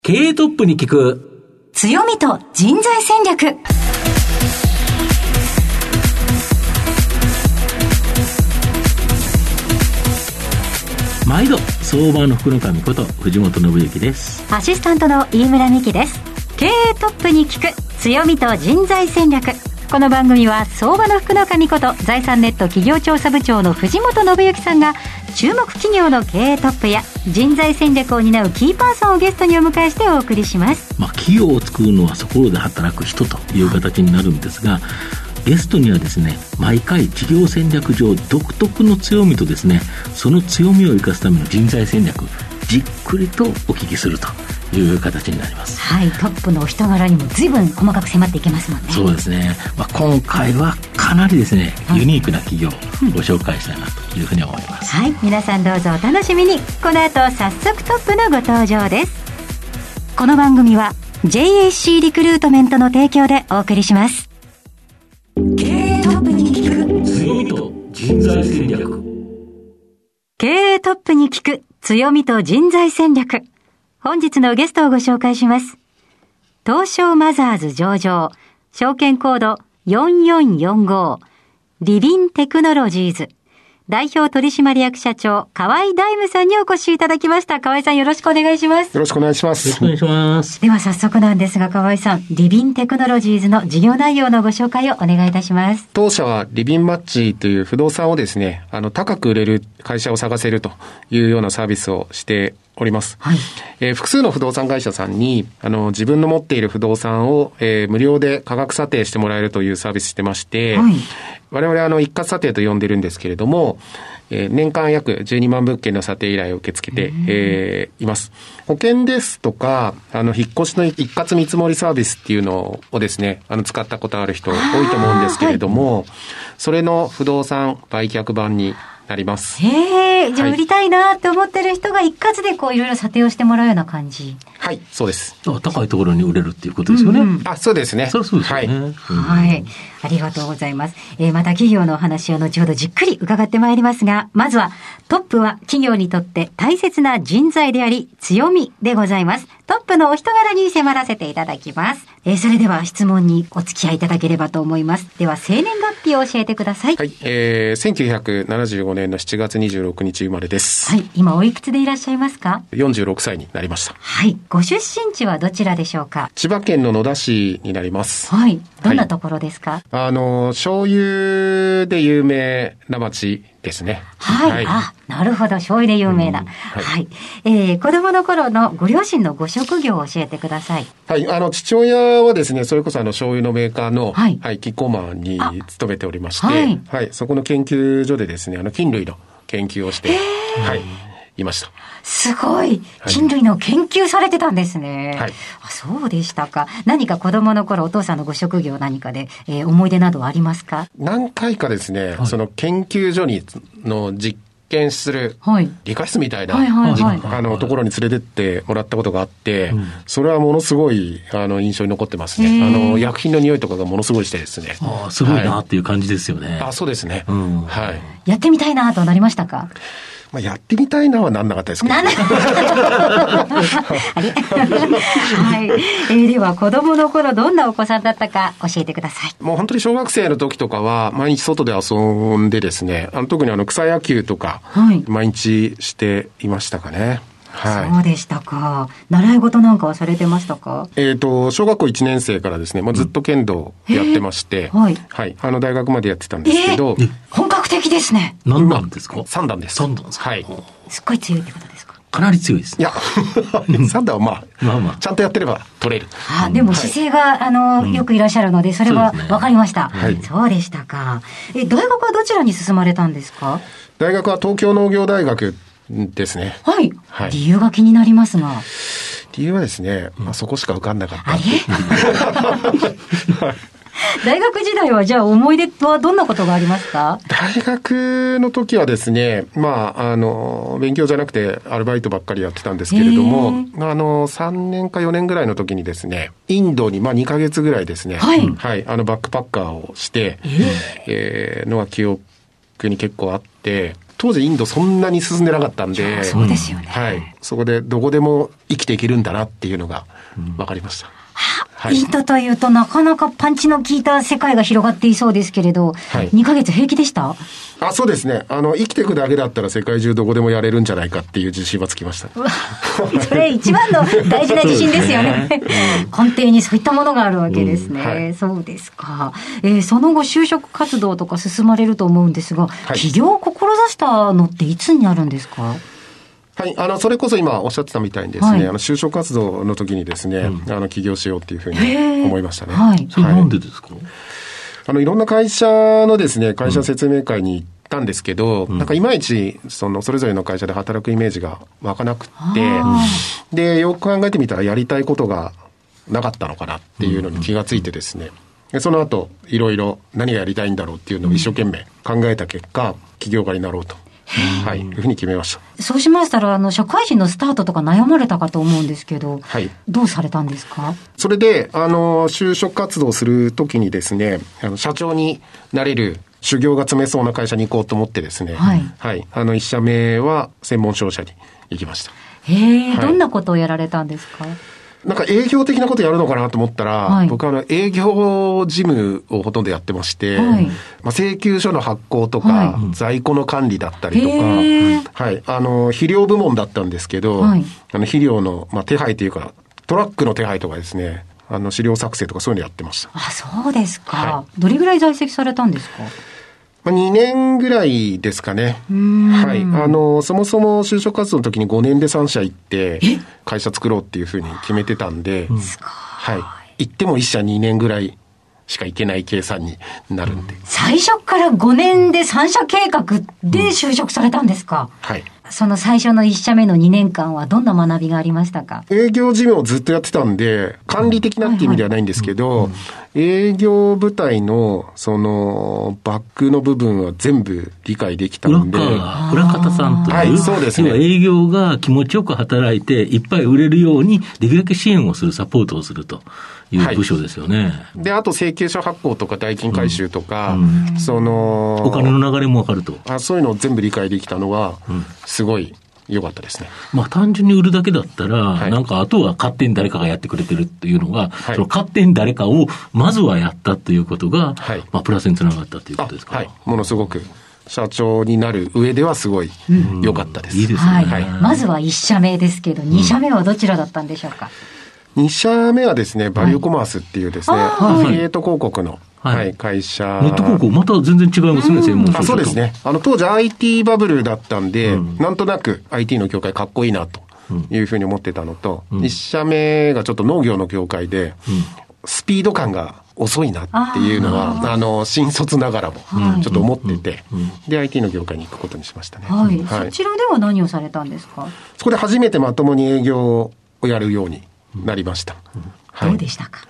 経営トップに聞く強みと人材戦略。 毎度相場の福の神こと藤本信之です。 アシスタントの飯村美希です。経営トップに聞く強みと人材戦略。この番組は相場の福の神こと財産ネット企業調査部長の藤本信之さんが注目企業の経営トップや人材戦略を担うキーパーソンをゲストにお迎えしてお送りします。 企業を作るのはそこで働く人という形になるんですが、ゲストにはですね、毎回事業戦略上独特の強みとですね、その強みを生かすための人材戦略、じっくりとお聞きするという形になります。 はい、トップのお人柄にも随分細かく迫っていけますもんね。 そうですね、今回はかなりですね、ユニークな企業をご紹介したいなというふうに思います。 はい、皆さんどうぞお楽しみに。この後早速トップのご登場です。この番組は JAC リクルートメントの提供でお送りします。経営トップに聞く強みと人材戦略。 経営トップに聞く強みと人材戦略。本日のゲストをご紹介します。東証マザーズ上場、証券コード4445、リビンテクノロジーズ、代表取締役社長、河合大夢さんにお越しいただきました。河合さん、よろしくお願いします。 よろしくお願いします。 よろしくお願いします。 では早速なんですが、河合さん、リビンテクノロジーズの事業内容のご紹介をお願いいたします。 当社はリビンマッチという不動産をですね、高く売れる会社を探せるというようなサービスをしております。 はい。 複数の不動産会社さんに、自分の持っている不動産を、無料で価格査定してもらえるというサービスしてまして、 はい、 我々一括査定と呼んでるんですけれども、年間約12万物件の査定依頼を受け付けて、います。保険ですとか、引っ越しの一括見積もりサービスっていうのをですね、使ったことある人多いと思うんですけれども、はい、それの不動産売却版になります。 へえ、じゃあ売りたいなって思ってる人が一括でいろいろ査定をしてもらうような感じ。 はい、そうです。 高いところに売れるっていうことですよね。 そうですね。 そうですよね。 はい。ありがとうございます。また企業のお話を後ほどじっくり伺ってまいりますが、まずはトップは企業にとって大切な人材であり強みでございます。トップのお人柄に迫らせていただきます。それでは質問にお付き合いいただければと思います。では生年月日を教えてください。 はい。1975年の7月26日生まれです。 はい。今おいくつでいらっしゃいますか ？46歳になりました。 はい。ご出身地はどちらでしょうか？ 千葉県の野田市になります。 はい。どんなところですか？ 醤油で有名な町ですね。 はい。はい、なるほど。醤油で有名な。はい。子供の頃のご両親のご職業を教えてください。 はい。父親はですね、それこそ醤油のメーカーの、 はい。 キッコーマンに勤めておりまして、はい。はい。そこの研究所でですね、菌類の研究をして、はい。いました。 すごい。菌類の研究されてたんですね。 はい。 そうでしたか。何か子供の頃お父さんのご職業何かで、思い出などはありますか？ 何回かですね、その研究所の実験する理科室みたいな、ところに連れてってもらったことがあって、それはものすごい印象に残ってますね。薬品の匂いとかがものすごいしてですね。 すごいなっていう感じですよね。 そうですね。はい。 やってみたいなとなりましたか？ やってみたいなはなんなかったですけど、ね。 はい。では子供の頃どんなお子さんだったか教えてください。 もう本当に小学生の時とかは毎日外で遊んでですね、特に草野球とか、毎日していましたかね。はい。 そうでしたか。習い事なんかはされてましたか？ 小学校1年生からですね、ずっと剣道やってまして、はい。はい。大学までやってたんですけど。 本格的ですね。 何段ですか ？3段です。 3段ですか？ はい。 すっごい強いってことですか？ かなり強いですね。 いや、3段はちゃんとやってれば取れる。 でも姿勢が、よくいらっしゃるので、それは分かりました。はい。そうでしたか。大学はどちらに進まれたんですか？ 大学は東京農業大学ですね。 はい。はい。理由が気になりますが。 理由はですね、そこしか受かんなかった。 大学時代はじゃあ思い出はどんなことがありますか？ 大学の時はですね、勉強じゃなくてアルバイトばっかりやってたんですけれども、3年か4年ぐらいの時にですね、インドに2ヶ月ぐらいですね、はい、バックパッカーをして、のは記憶クに結構あって、当時インドそんなに進んでなかったんで、 そうですよね。 はい。そこでどこでも生きていけるんだなっていうのが分かりました。 はい、インドというとなかなかパンチの効いた世界が広がっていそうですけれど、はい、2ヶ月平気でした？ そうですね。生きていくだけだったら世界中どこでもやれるんじゃないかっていう自信はつきました。 それ一番の大事な自信ですよね。根底にそういったものがあるわけですね。はい、そうですか。その後就職活動とか進まれると思うんですが、はい、起業を志したのっていつになるんですか？ はい、それこそ今おっしゃってたみたいにですね、はい、就職活動の時にですね、起業しようっていうふうに思いましたね。 はい。それなんでですか？ いろんな会社のですね、会社説明会に行ったんですけど、なんかいまいち、それぞれの会社で働くイメージが湧かなくって、で、よく考えてみたらやりたいことがなかったのかなっていうのに気がついてですね、でその後、いろいろ何がやりたいんだろうっていうのを一生懸命考えた結果、起業家になろうと。はい、いうふうに決めました。 そうしましたら、社会人のスタートとか悩まれたかと思うんですけど、はい、どうされたんですか？ それで、就職活動するときにですね、社長になれる修行が積めそうな会社に行こうと思ってですね、はい。はい、1社目は専門商社に行きました。 はい、どんなことをやられたんですか？ なんか営業的なことやるのかなと思ったら、はい、僕は営業事務をほとんどやってまして、はい、請求書の発行とか、はい、在庫の管理だったりとか、はい、肥料部門だったんですけど、はい、肥料の、手配というか、トラックの手配とかですね、資料作成とかそういうのやってました。 そうですか。はい、どれぐらい在籍されたんですか ？2年ぐらいですかね。はい。そもそも就職活動の時に5年で3社行って、会社作ろうっていうふうに決めてたんで、はい。行っても1社2年ぐらいしか行けない計算になるんで。 最初から5年で3社計画で就職されたんですか？はい。その最初の1社目の2年間はどんな学びがありましたか？ 営業事務をずっとやってたんで、管理的なっていう意味ではないんですけど、営業部隊のバックの部分は全部理解できたんで。 裏方さんという。はい、 そうですね。 営業が気持ちよく働いて、いっぱい売れるように、できるだけ支援をする、サポートをするという部署ですよね。はい、 で、あと請求書発行とか代金回収とか、 お金の流れもわかると。 そういうのを全部理解できたのは、すごい良かったですね。 単純に売るだけだったら、はい、なんかあとは勝手に誰かがやってくれてるっていうのが、はい、その勝手に誰かをまずはやったということが、はい、プラスにつながったということですか？ はい。ものすごく社長になる上ではすごい良かったです。 いいですね。 はい。まずは1社目ですけど、2社目はどちらだったんでしょうか ？2社目はですね、バリューコマースっていうですね、アフィリエイト広告の、はい、会社。 ネット広告、また全然違いますね、専門商社と。 そうですね。当時 IT バブルだったんで、なんとなく IT の業界かっこいいなというふうに思ってたのと、1社目がちょっと農業の業界で、スピード感が遅いなっていうのは、新卒ながらもちょっと思ってて、で IT の業界に行くことにしましたね。 はい。そちらでは何をされたんですか？ そこで初めてまともに営業をやるようになりました。 はい、どうでしたか？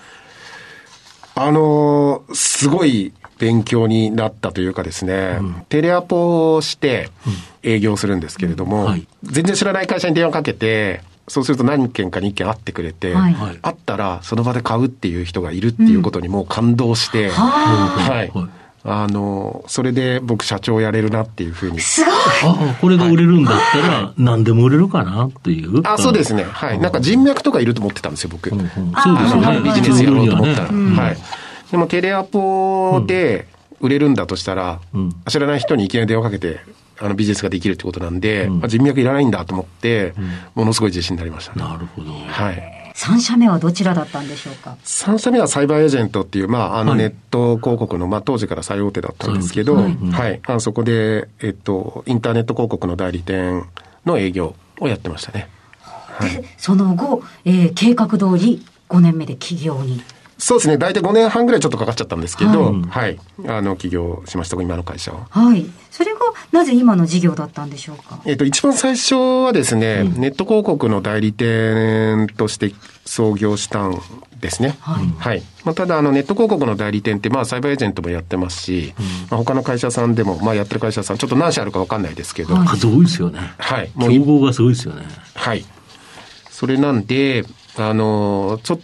すごい勉強になったというかですね、テレアポをして営業するんですけれども、全然知らない会社に電話かけて、そうすると何件かに1件会ってくれて、会ったらその場で買うっていう人がいるっていうことにもう感動して、はい。それで僕社長やれるなっていうふうに。 すごい。 これが売れるんだったら何でも売れるかなっていう。 そうですね。はい。なんか人脈とかいると思ってたんですよ、僕。そうですよね。 ビジネスやろうと思ったら。はい。でもテレアポで売れるんだとしたら、知らない人にいきなり電話かけて、ビジネスができるってことなんで、人脈いらないんだと思って、ものすごい自信になりましたね。 なるほど。 はい。 3社目はどちらだったんでしょうか ？3社目はサイバーエージェントっていう、ネット広告の、当時から最大手だったんですけど、はい。そこで、インターネット広告の代理店の営業をやってましたね。 はい、で、その後、計画通り5年目で起業に。 そうですね。大体5年半ぐらいちょっとかかっちゃったんですけど、はい。起業しました、今の会社を。 はい。それがなぜ今の事業だったんでしょうか？ 一番最初はですね、ネット広告の代理店として創業したんですね。はい。はい。ただ、ネット広告の代理店って、サイバーエージェントもやってますし、他の会社さんでも、やってる会社さん、ちょっと何社あるか分かんないですけど。 数多いですよね。 はい。 競合がすごいですよね。 はい。それなんで、ちょっと、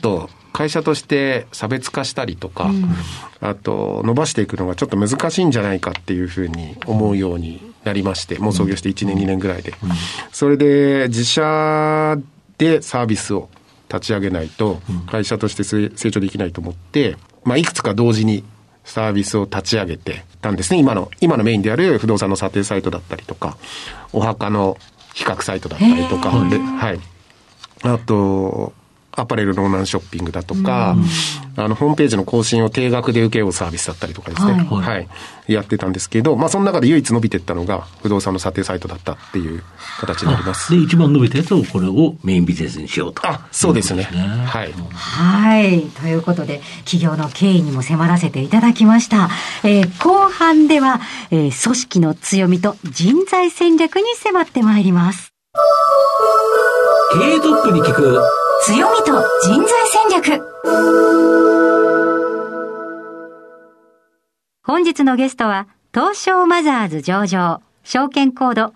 会社として差別化したりとか、あと伸ばしていくのがちょっと難しいんじゃないかっていうふうに思うようになりまして、もう創業して1年2年ぐらいで、それで自社でサービスを立ち上げないと会社として成長できないと思って、いくつか同時にサービスを立ち上げてたんですね。今のメインである不動産の査定サイトだったりとか、お墓の比較サイトだったりとかで、あとアパレルのオンラインショッピングだとか、ホームページの更新を定額で請け負うサービスだったりとかですね、やってたんですけど、その中で唯一伸びていったのが不動産の査定サイトだったっていう形になります。 で、一番伸びたやつをこれをメインビジネスにしようと。 そうですね。 ということで企業の経緯にも迫らせていただきました。後半では、組織の強みと人材戦略に迫ってまいります。 経営トップに聞く強みと人材戦略。本日のゲストは東証マザーズ上場証券コード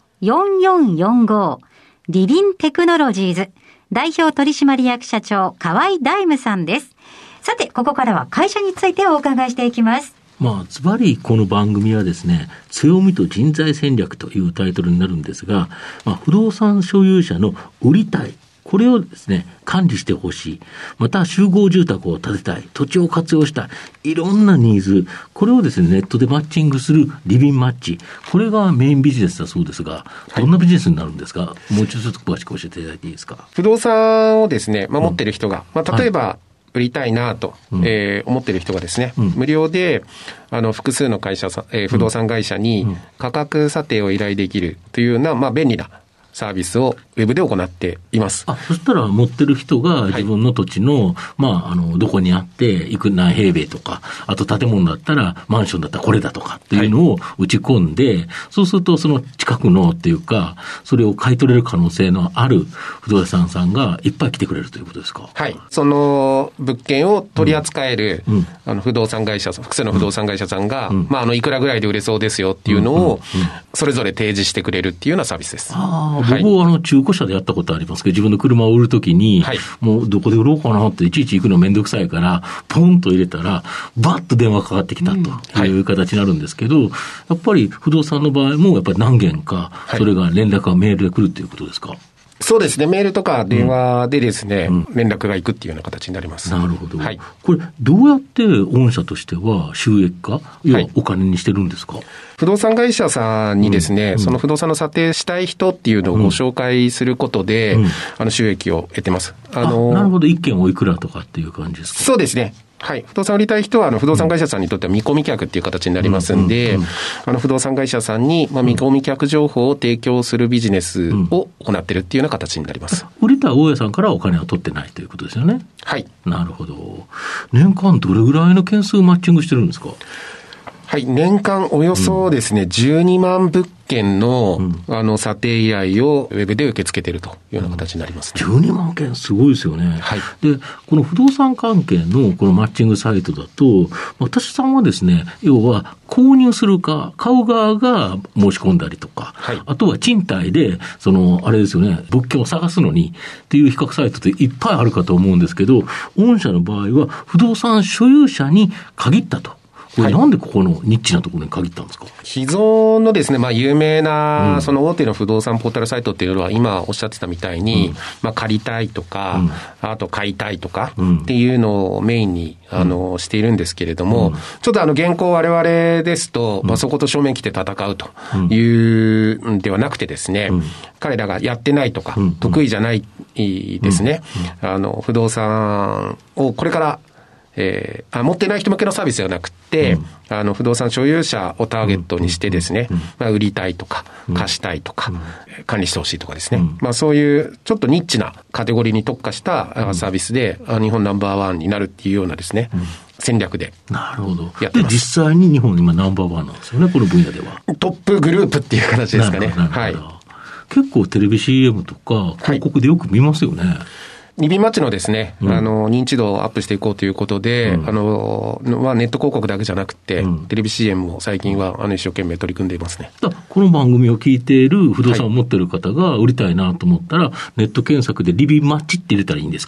4445リビンテクノロジーズ代表取締役社長河合大夢さんです。さて、ここからは会社についてお伺いしていきます。 ズバリこの番組はですね、強みと人材戦略というタイトルになるんですが、不動産所有者の売りたい、これをですね、管理してほしい。また集合住宅を建てたい。土地を活用したい。いろんなニーズ。これをですね、ネットでマッチングするリビンマッチ。これがメインビジネスだそうですが、どんなビジネスになるんですか？もうちょっと詳しく教えていただいていいですか？ 不動産をですね、持ってる人が、例えば、売りたいなと、思っている人がですね、無料で複数の会社さん、不動産会社に価格査定を依頼できるというような、便利なサービスをウェブで行っています。 そしたら持ってる人が自分の土地の、どこにあって、何平米とか、あと建物だったらマンションだったらこれだとかっていうのを打ち込んで、そうするとその近くのっていうか、それを買い取れる可能性のある不動産さんがいっぱい来てくれるということですか？ その物件を取り扱える、不動産会社さん、複数の不動産会社さんが、いくらぐらいで売れそうですよっていうのを、それぞれ提示してくれるっていうようなサービスです。 僕は中古車でやったことありますけど、自分の車を売るときに、もうどこで売ろうかなっていちいち行くのめんどくさいから、ポンと入れたら、バッと電話かかってきたという形になるんですけど、やっぱり不動産の場合も、やっぱり何件か、それが連絡がメールで来るということですか？ そうですね。メールとか電話でですね、連絡がいくっていうような形になります。 なるほど。これ、どうやって御社としては収益化、要はお金にしてるんですか？ 不動産会社さんにですね、その不動産の査定したい人っていうのをご紹介することで、収益を得てます。 なるほど。一件おいくらとかっていう感じですか？ そうですね。不動産売りたい人は不動産会社さんにとっては見込み客っていう形になりますんで、不動産会社さんに見込み客情報を提供するビジネスを行っているっていうような形になります。 売りたい大家さんからお金は取ってないということですよね。なるほど。年間どれぐらいの件数マッチングしてるんですか？ 年間およそですね、12万物件の、査定依頼をウェブで受け付けているというような形になりますね。 12万件すごいですよね。で、この不動産関係のこのマッチングサイトだと、私さんはですね、要は購入するか、買う側が申し込んだりとか、あとは賃貸で、あれですよね、物件を探すのにっていう比較サイトっていっぱいあるかと思うんですけど、御社の場合は不動産所有者に限ったと。これなんでここのニッチなところに限ったんですか？ 既存のですね、有名な、その大手の不動産ポータルサイトっていうのは、今おっしゃってたみたいに、借りたいとか、あと買いたいとかっていうのをメインに、しているんですけれども、ちょっと現行我々ですと、そこと正面来て戦うというんではなくてですね、彼らがやってないとか、得意じゃないですね、不動産をこれから持っていない人向けのサービスではなくて、不動産所有者をターゲットにしてですね、売りたいとか、貸したいとか、管理してほしいとかですね、そういうちょっとニッチなカテゴリーに特化したサービスで、日本ナンバーワンになるっていうようなですね、戦略でやってます。 で、実際に日本今ナンバーワンなんですよね、この分野では。 トップグループっていう形ですかね。 結構テレビ CM とか広告でよく見ますよね。 リビンマッチのですね、認知度をアップしていこうということで、ネット広告だけじゃなくて、テレビ CM も最近は一生懸命取り組んでいますね。 この番組を聞いている不動産を持っている方が売りたいなと思ったら、ネット検索でリビンマッチって入れたらいいんですか？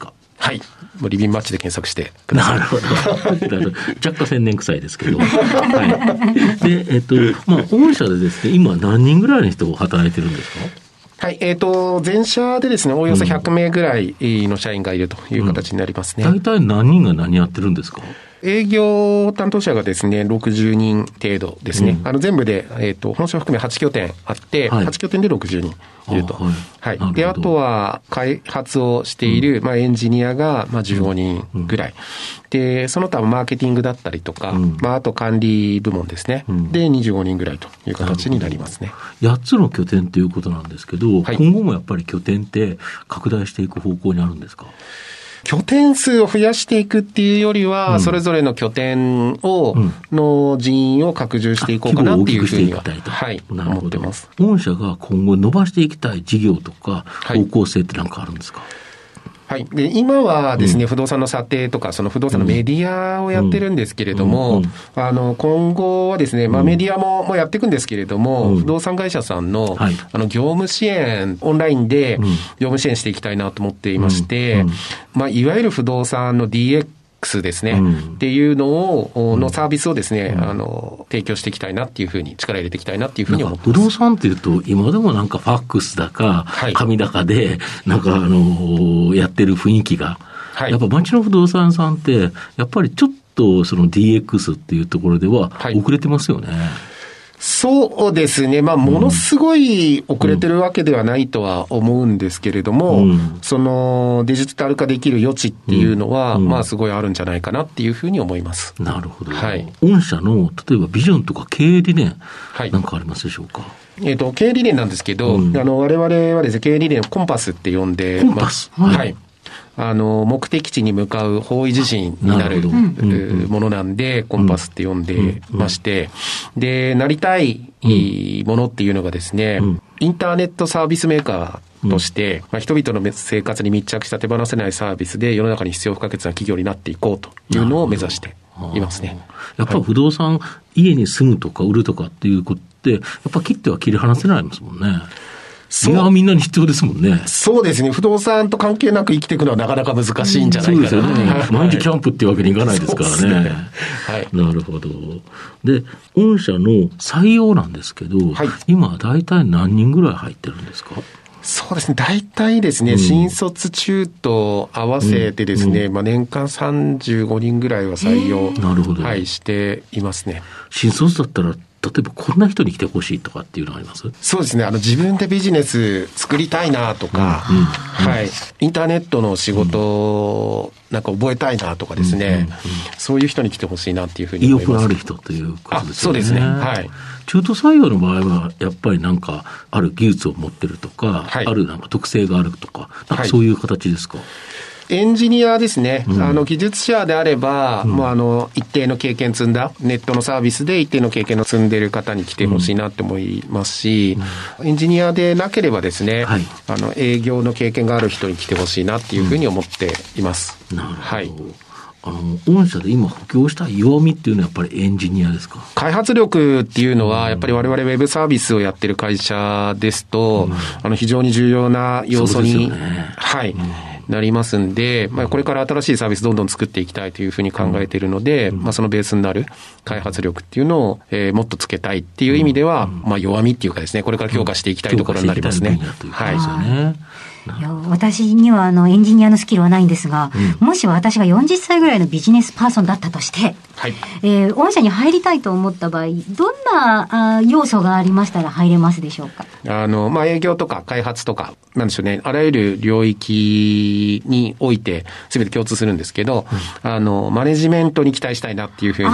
はい。もうリビンマッチで検索してください。 なるほど。若干千年臭いですけど。はい。で、御社でですね、今何人ぐらいの人が働いてるんですか？ はい。全社でですね、およそ100名ぐらいの社員がいるという形になりますね。 大体何人が何やってるんですか？ 営業担当者がですね、60人程度ですね。全部で、本社を含め8拠点あって、8拠点で60人いると。はい。で、あとは、開発をしている、エンジニアが、15人ぐらい。で、その他マーケティングだったりとか、あと管理部門ですね。で、25人ぐらいという形になりますね。 8つの拠点ということなんですけど、今後もやっぱり拠点って拡大していく方向にあるんですか？ 拠点数を増やしていくっていうよりは、それぞれの拠点の人員を拡充していこうかなっていうふうには、思ってます。 御社が今後伸ばしていきたい事業とか方向性って何かあるんですか？ はい。で、今はですね、不動産の査定とか、その不動産のメディアをやってるんですけれども、今後はですね、メディアもやっていくんですけれども、不動産会社さんの、業務支援、オンラインで業務支援していきたいなと思っていまして、いわゆる不動産の DXですね、っていうのサービスをですね、提供していきたいなっていうふうに、力入れていきたいなっていうふうに思ってます。 不動産っていうと、今でもなんかファックスだか、紙だかで、なんかやってる雰囲気が、やっぱ町の不動産さんって、やっぱりちょっとその DX っていうところでは遅れてますよね。 そうですね。ものすごい遅れてるわけではないとは思うんですけれども、そのデジタル化できる余地っていうのは、すごいあるんじゃないかなっていうふうに思います。 なるほど。御社の、例えばビジョンとか経営理念、なんかありますでしょうか？ 経営理念なんですけど、我々はですね、経営理念をコンパスって呼んで、 コンパス。 目的地に向かう方位自身になるものなんで、コンパスって呼んでまして、で、なりたいものっていうのがですね、インターネットサービスメーカーとして、人々の生活に密着した手放せないサービスで世の中に必要不可欠な企業になっていこうというのを目指していますね。 やっぱり不動産、家に住むとか売るとかっていうことって、やっぱ切っては切り離せないですもんね。いや、みんなに必要ですもんね。 そうですね。不動産と関係なく生きていくのはなかなか難しいんじゃないかな。 そうですよね。毎日キャンプっていうわけにいかないですからね。なるほど。で、御社の採用なんですけど、今大体何人ぐらい入ってるんですか？ そうですね。大体ですね、新卒中途合わせてですね、年間35人ぐらいは採用、していますね。 新卒だったら、例えばこんな人に来てほしいとかっていうのあります？ そうですね。自分でビジネス作りたいなとか、インターネットの仕事なんか覚えたいなとかですね、そういう人に来てほしいなっていうふうに思います。 意欲のある人ということですよね。 そうですね。 中途採用の場合はやっぱりなんかある技術を持ってるとか、あるなんか特性があるとか、なんかそういう形ですか？ エンジニアですね。技術者であれば、もう一定の経験積んだ、ネットのサービスで一定の経験を積んでいる方に来てほしいなって思いますし、エンジニアでなければですね、営業の経験がある人に来てほしいなっていうふうに思っています。 なるほど。御社で今補強した弱みっていうのはやっぱりエンジニアですか？ 開発力っていうのはやっぱり我々ウェブサービスをやってる会社ですと、非常に重要な要素に、なりますんで、これから新しいサービスどんどん作っていきたいというふうに考えているので、そのベースになる開発力っていうのを、もっとつけたいっていう意味では、弱みっていうかですね、これから強化していきたいところになりますね。 いや、私にはエンジニアのスキルはないんですが、もし私が40歳ぐらいのビジネスパーソンだったとして、御社に入りたいと思った場合、どんな要素がありましたら入れますでしょうか？ 営業とか開発とか、なんでしょうね、あらゆる領域において全て共通するんですけど、マネジメントに期待したいなっていうふうに、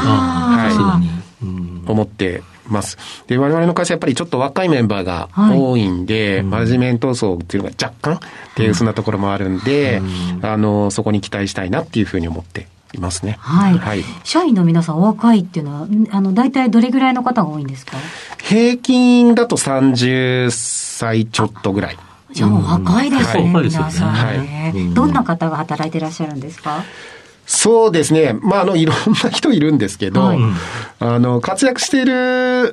思ってます。で、我々の会社やっぱりちょっと若いメンバーが多いんで、マネジメント層っていうのが若干手薄なところもあるんで、そこに期待したいなっていうふうに思っていますね。 社員の皆さんお若いっていうのは、大体どれぐらいの方が多いんですか？ 平均だと30歳ちょっとぐらい。 じゃあもう若いですね、皆さんね。どんな方が働いていらっしゃるんですか？ そうですね。いろんな人いるんですけど、活躍している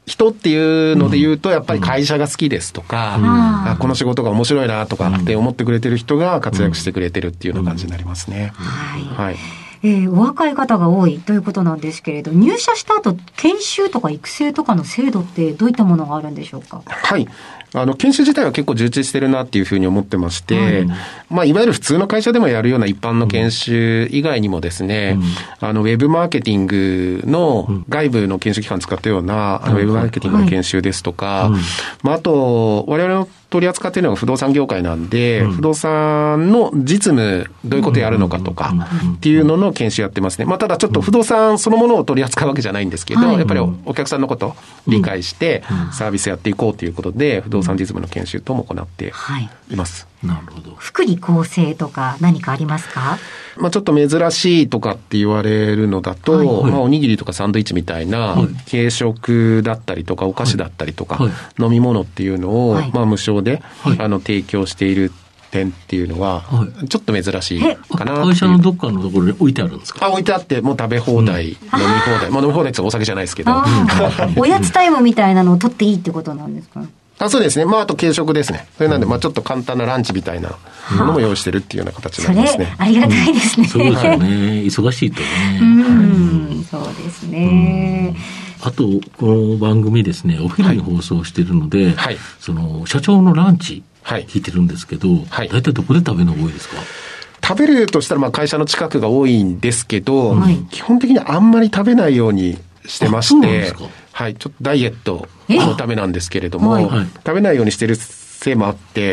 人っていうので言うと、やっぱり会社が好きですとか、この仕事が面白いなとかって思ってくれてる人が活躍してくれてるっていうような感じになりますね。はい。 お若い方が多いということなんですけれど、入社した後、研修とか育成とかの制度ってどういったものがあるんでしょうか？ はい。研修自体は結構充実してるなっていうふうに思ってまして、いわゆる普通の会社でもやるような一般の研修以外にもですね、ウェブマーケティングの外部の研修機関を使ったような、ウェブマーケティングの研修ですとか、あと、我々の取り扱っているのが不動産業界なんで、不動産の実務、どういうことやるのかとかっていうのの研修やってますね。ただちょっと不動産そのものを取り扱うわけじゃないんですけど、やっぱりお客さんのことを理解してサービスやっていこうということで、不動産実務の研修等も行っています。 なるほど。福利厚生とか何かありますか？ ちょっと珍しいとかって言われるのだと、おにぎりとかサンドイッチみたいな軽食だったりとかお菓子だったりとか飲み物っていうのを無償で提供している点っていうのはちょっと珍しいかな。 会社のどっかのところに置いてあるんですか？ 置いてあって、もう食べ放題、飲み放題。飲み放題ってお酒じゃないですけど。 おやつタイムみたいなのを取っていいってことなんですか？ そうですね。あと軽食ですね。それなんで、ちょっと簡単なランチみたいなものも用意してるっていうような形になりますね。 それ、ありがたいですね。 そうですよね。忙しいとね。 そうですね。 あと、この番組ですね、お昼に放送してるので、その、社長のランチ、聞いてるんですけど、大体どこで食べるのが多いですか？ 食べるとしたら、会社の近くが多いんですけど、基本的にあんまり食べないようにしてまして、ちょっとダイエットのためなんですけれども、食べないようにしてるせいもあって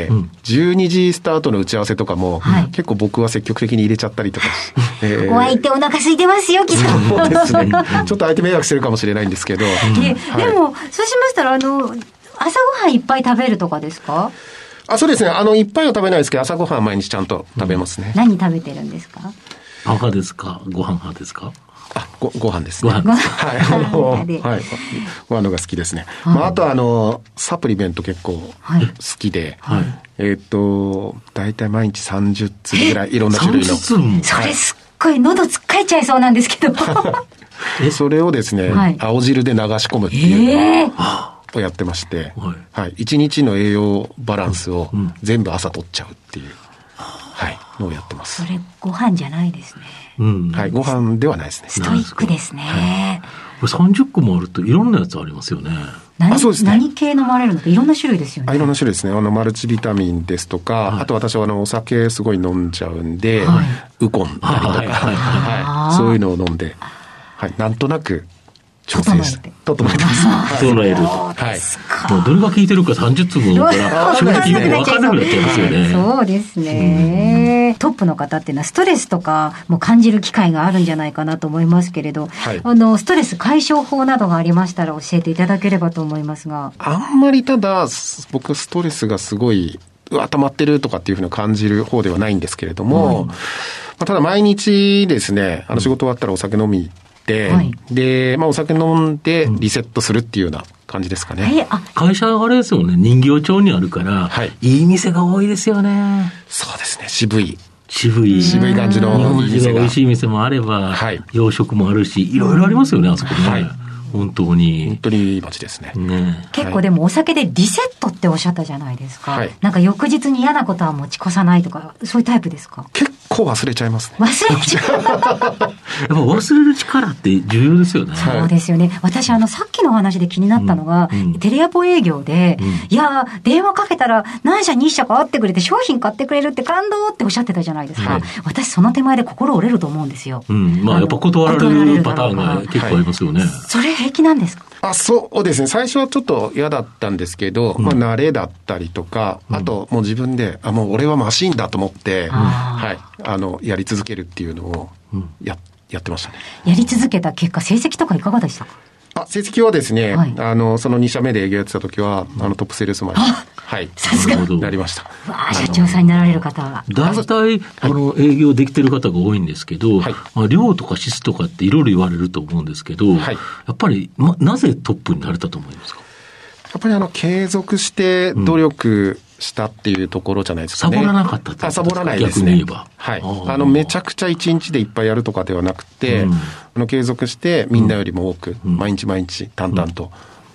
、12時スタートの打ち合わせとかも、結構僕は積極的に入れちゃったりとかお相手お腹空いてますよ、きっと。 そうですね。ちょっと相手迷惑してるかもしれないんですけど。 でも、そうしましたら、朝ごはんいっぱい食べるとかですか？ そうですね。いっぱいは食べないですけど、朝ごはん毎日ちゃんと食べますね。 何食べてるんですか？ パン派ですか？ご飯派ですか？ ご飯ですね。ご飯のが好きですね。あとサプリメント結構好きで、だいたい毎日30粒ぐらいいろんな種類の。 それすっごい喉つっかえちゃいそうなんですけど。 それをですね、青汁で流し込むっていうのをやってまして、1日の栄養バランスを全部朝取っちゃうっていうのをやってます。 それご飯じゃないですね。 ご飯ではないですね。 ストイックですね。 30個もあるといろんなやつありますよね。 そうですね。 何系飲まれるのかいろんな種類ですよね。 いろんな種類ですね。マルチビタミンですとか、あと私はお酒すごい飲んじゃうんで、ウコンなりとか、そういうのを飲んで、なんとなく調整して整えてます。 整えると。もうどれが効いてるか30粒飲んだら正直よく分からなくなっちゃいますよね。 そうですね。トップの方っていうのはストレスとかも感じる機会があるんじゃないかなと思いますけれど、ストレス解消法などがありましたら教えていただければと思いますが。 あんまりただ僕ストレスがすごい溜まってるとかっていうふうに感じる方ではないんですけれども、ただ毎日ですね、仕事終わったらお酒飲みで、お酒飲んでリセットするっていうような感じですかね。 会社はあれですよね、人形町にあるから、いい店が多いですよね。 そうですね、渋い感じの日本酒が美味しい店もあれば、洋食もあるし、いろいろありますよね、あそこね。本当にいい街ですね。 結構でもお酒でリセットっておっしゃったじゃないですか。なんか翌日に嫌なことは持ち越さないとか、そういうタイプですか？ 結構忘れちゃいますね。 忘れちゃう。 やっぱ忘れる力って重要ですよね。 そうですよね。私さっきの話で気になったのが、テレアポ営業で、いや電話かけたら何社2社か会ってくれて商品買ってくれるって感動っておっしゃってたじゃないですか。私その手前で心折れると思うんですよ。 やっぱ断られるパターンが結構ありますよね。 それ平気なんですか？ そうですね。最初はちょっと嫌だったんですけど、慣れだったりとか、あともう自分で、もう俺はマシンだと思って、やり続けるっていうのをやってましたね。 やり続けた結果、成績とかいかがでしたか？ 成績はですね、その2社目で営業やってた時は、トップセールスマンに、 さすがなりました。 社長さんになられる方は。 大体、営業できてる方が多いんですけど、量とか質とかっていろいろ言われると思うんですけど、やっぱり、なぜトップになれたと思いますか？ やっぱり継続して努力したっていうところじゃないですかね。 サボらなかったってことですか？ サボらないですね。逆に言えば。めちゃくちゃ1日でいっぱいやるとかではなくて、継続してみんなよりも多く、毎日淡々と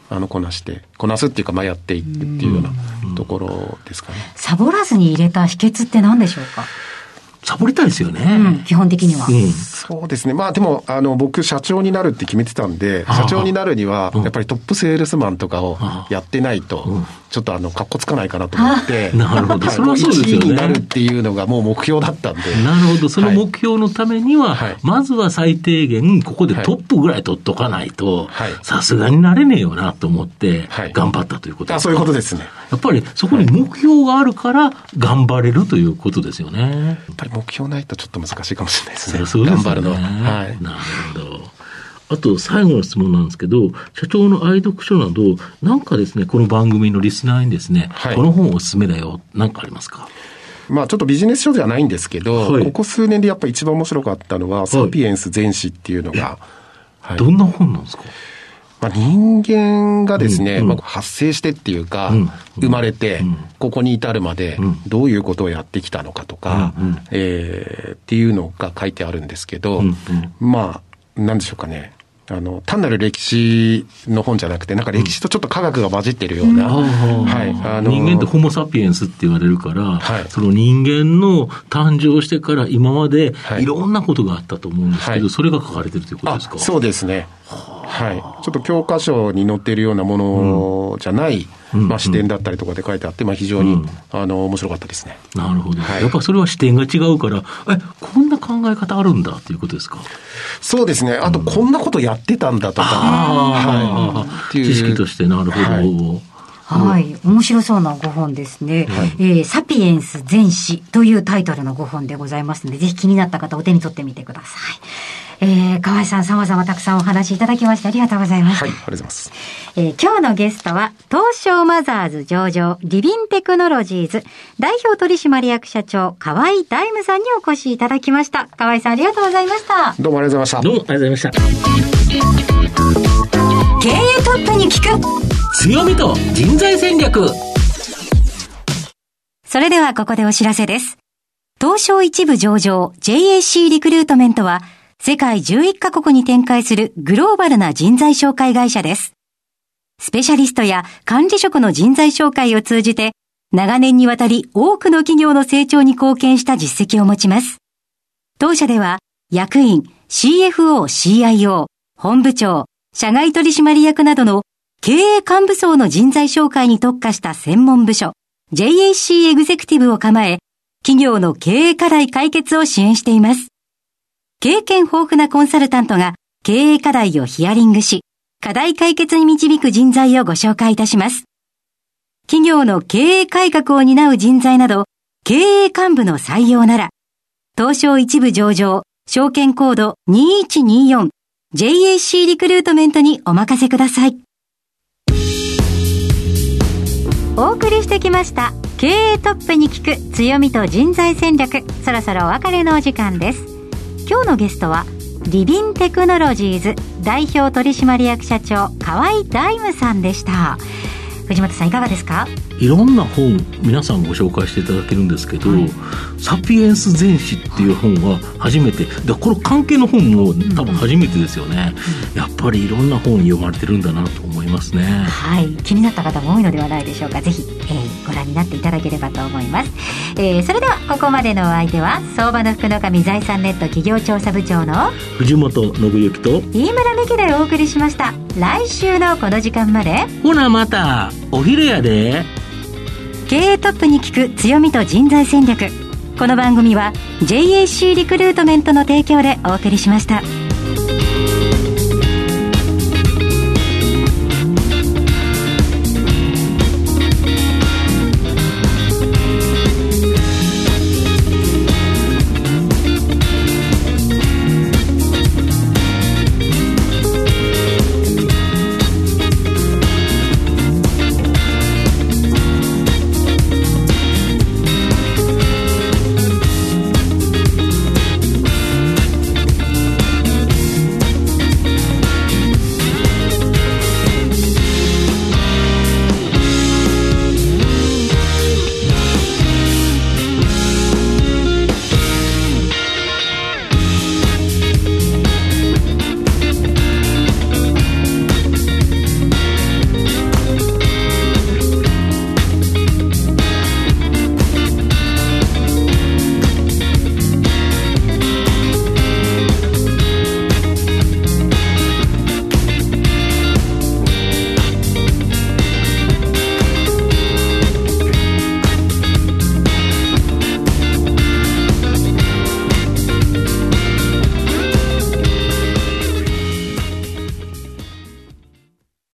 こなすっていうか、やっていくっていうようなところですかね。 サボらずに入れた秘訣って何でしょうか？ サボりたいですよね。 基本的には。 そうですね。でも、僕、社長になるって決めてたんで、社長になるには、やっぱりトップセールスマンとかをやってないと、ちょっとかっこつかないかなと思って、 なるほど。それはそうですよね。 1位になるっていうのがもう目標だったんで。 なるほど。その目標のためには、まずは最低限、ここでトップぐらい取っとかないと、さすがになれねえよなと思って、頑張ったということですか？ そういうことですね。 やっぱり、そこに目標があるから、頑張れるということですよね。 やっぱり目標ないとちょっと難しいかもしれないですね。 そうですね。 頑張るのは。 なるほど。あと、最後の質問なんですけど、社長の愛読書など、なんかですね、この番組のリスナーにですね、この本おすすめだよ、なんかありますか？ ちょっとビジネス書じゃないんですけど、ここ数年でやっぱり一番面白かったのは、サピエンス全史っていうのが。 どんな本なんですか？ 人間がですね、発生してっていうか、生まれて、ここに至るまで、どういうことをやってきたのかとか、っていうのが書いてあるんですけど、なんでしょうかね。単なる歴史の本じゃなくて、なんか歴史とちょっと科学が混じってるような。 人間ってホモサピエンスって言われるから、その人間の誕生してから今までいろんなことがあったと思うんですけど、それが書かれてるということですか？ そうですね。ちょっと教科書に載っているようなものじゃない、視点だったりとかで書いてあって、非常に、面白かったですね。 なるほど。やっぱそれは視点が違うから、こんな考え方あるんだということですか？ そうですね。あと、こんなことやってたんだとか、 知識として、なるほど。 面白そうなご本ですね。サピエンス全史というタイトルのご本でございますので、ぜひ気になった方お手に取ってみてください。河合さん、様々たくさんお話いただきましてありがとうございました。 ありがとうございます。 今日のゲストは、東証マザーズ上場、リビンテクノロジーズ、代表取締役社長、河合大夢さんにお越しいただきました。河合さん、ありがとうございました。 どうもありがとうございました。 どうもありがとうございました。 経営トップに聞く強みと人材戦略。 それではここでお知らせです。東証一部上場 JAC リクルートメントは世界11カ国に展開するグローバルな人材紹介会社です。スペシャリストや管理職の人材紹介を通じて長年にわたり多くの企業の成長に貢献した実績を持ちます。当社では役員、CFO、CIO、本部長、社外取締役などの経営幹部層の人材紹介に特化した専門部署 JAC エグゼクティブを構え、企業の経営課題解決を支援しています。経験豊富なコンサルタントが経営課題をヒアリングし、課題解決に導く人材をご紹介いたします。企業の経営改革を担う人材など、経営幹部の採用なら、東証一部上場、証券コード2124 JAC リクルートメントにお任せください。お送りしてきました経営トップに聞く強みと人材戦略、そろそろお別れのお時間です。今日のゲストはリビンテクノロジーズ代表取締役社長河合大夢さんでした。藤本さんいかがですか？ いろんな本皆さんご紹介していただけるんですけど、サピエンス全史っていう本は初めてで、この関係の本も多分初めてですよね。やっぱりいろんな本読まれてるんだなと思いますね。 気になった方も多いのではないでしょうか。ぜひ、ご覧になっていただければと思います。それではここまでのお相手は相場の福の神財産ネット企業調査部長の藤本信之と飯村美希でお送りしました。来週のこの時間までほなまたお昼やで。 経営トップに聞く強みと人材戦略。この番組は JAC リクルートメントの提供でお送りしました。